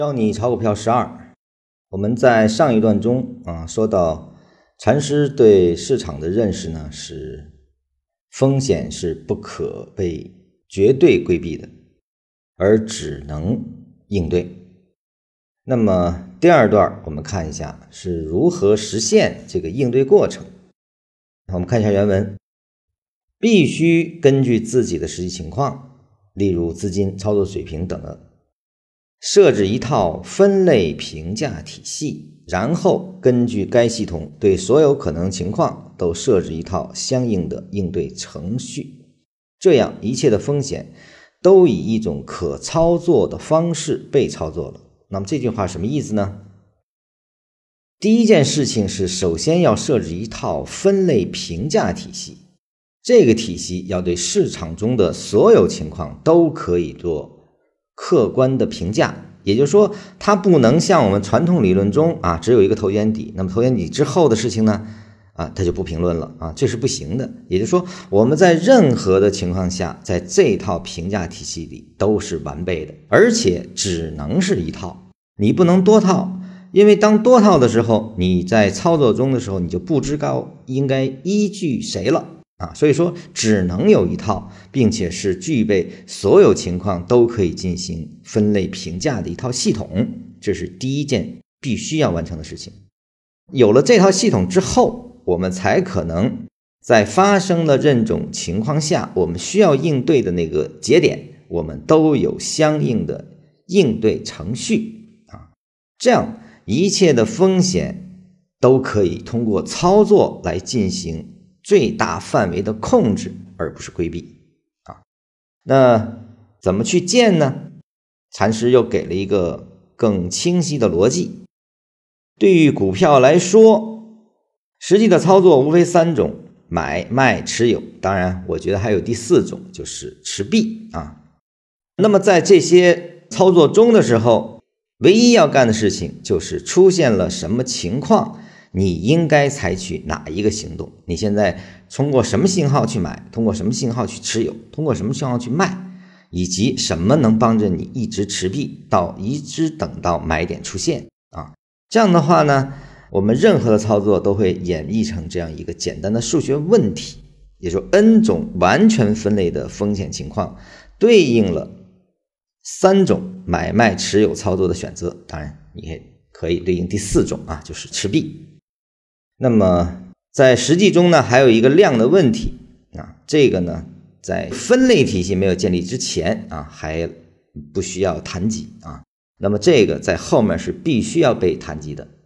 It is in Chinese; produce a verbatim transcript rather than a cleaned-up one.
教你炒股票十二，我们在上一段中啊说到，禅师对市场的认识呢是风险是不可被绝对规避的，而只能应对。那么第二段我们看一下是如何实现这个应对过程。我们看一下原文，必须根据自己的实际情况，例如资金、操作水平等等，设置一套分类评价体系，然后根据该系统对所有可能情况都设置一套相应的应对程序，这样一切的风险都以一种可操作的方式被操作了。那么这句话什么意思呢？第一件事情是首先要设置一套分类评价体系，这个体系要对市场中的所有情况都可以做客观的评价，也就是说它不能像我们传统理论中啊只有一个头肩底，那么头肩底之后的事情呢啊它就不评论了啊，这是不行的。也就是说我们在任何的情况下在这套评价体系里都是完备的，而且只能是一套，你不能多套，因为当多套的时候你在操作中的时候你就不知道应该依据谁了啊，所以说只能有一套，并且是具备所有情况都可以进行分类评价的一套系统，这是第一件必须要完成的事情。有了这套系统之后，我们才可能在发生了任种情况下我们需要应对的那个节点，我们都有相应的应对程序啊，这样一切的风险都可以通过操作来进行最大范围的控制，而不是规避啊。那怎么去建呢？禅师又给了一个更清晰的逻辑。对于股票来说，实际的操作无非三种：买、卖、持有。当然我觉得还有第四种，就是持币啊。那么在这些操作中的时候，唯一要干的事情就是出现了什么情况，你应该采取哪一个行动，你现在通过什么信号去买，通过什么信号去持有，通过什么信号去卖，以及什么能帮着你一直持币到一直等到买点出现啊。这样的话呢，我们任何的操作都会演绎成这样一个简单的数学问题，也就是 N 种完全分类的风险情况对应了三种买卖持有操作的选择，当然你也可以对应第四种啊，就是持币。那么在实际中呢，还有一个量的问题啊，这个呢在分类体系没有建立之前啊，还不需要谈及啊。那么这个在后面是必须要被谈及的。